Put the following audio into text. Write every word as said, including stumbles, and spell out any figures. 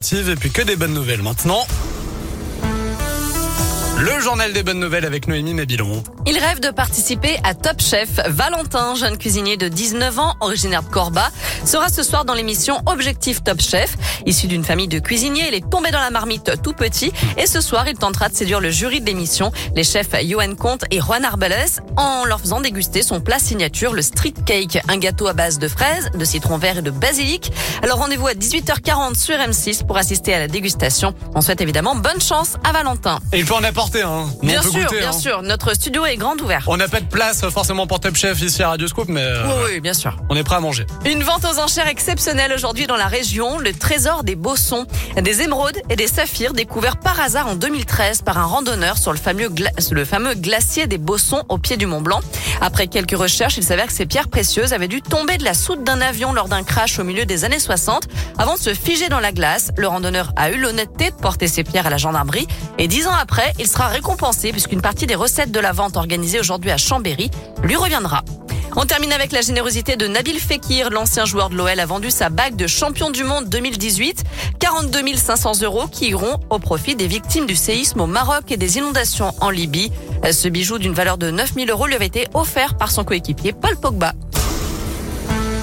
sportive et puis que des bonnes nouvelles maintenant. Le journal des bonnes nouvelles avec Noémie Mabilon. Il rêve de participer à Top Chef. Valentin, jeune cuisinier de dix-neuf ans, originaire de Corba, sera ce soir dans l'émission Objectif Top Chef. Issu d'une famille de cuisiniers, il est tombé dans la marmite tout petit et ce soir, il tentera de séduire le jury de l'émission, les chefs Johan Comte et Juan Arbelès, en leur faisant déguster son plat signature, le street cake, un gâteau à base de fraises, de citron vert et de basilic. Alors rendez-vous à dix-huit heures quarante sur M six pour assister à la dégustation. On souhaite évidemment bonne chance à Valentin. Et il peut en apporter. Hein. Bien on peut sûr, goûter, bien hein. sûr. Notre studio est grand ouvert. On n'a pas de place forcément pour Top Chef ici à Radio Scoop, mais euh, Oui, oui, bien sûr. on est prêt à manger. Une vente aux enchères exceptionnelle aujourd'hui dans la région, le trésor des Bossons. Des émeraudes et des saphirs découverts par hasard en deux mille treize par un randonneur sur le fameux, gla- le fameux glacier des Bossons au pied du Mont Blanc. Après quelques recherches, il s'avère que ces pierres précieuses avaient dû tomber de la soute d'un avion lors d'un crash au milieu des années soixante. Avant de se figer dans la glace, le randonneur a eu l'honnêteté de porter ces pierres à la gendarmerie. Et dix ans après, il sera récompensé puisqu'une partie des recettes de la vente organisée aujourd'hui à Chambéry lui reviendra. On termine avec la générosité de Nabil Fekir. L'ancien joueur de l'O L a vendu sa bague de champion du monde deux mille dix-huit. quarante-deux mille cinq cents euros qui iront au profit des victimes du séisme au Maroc et des inondations en Libye. Ce bijou d'une valeur de neuf mille euros lui avait été offert par son coéquipier Paul Pogba.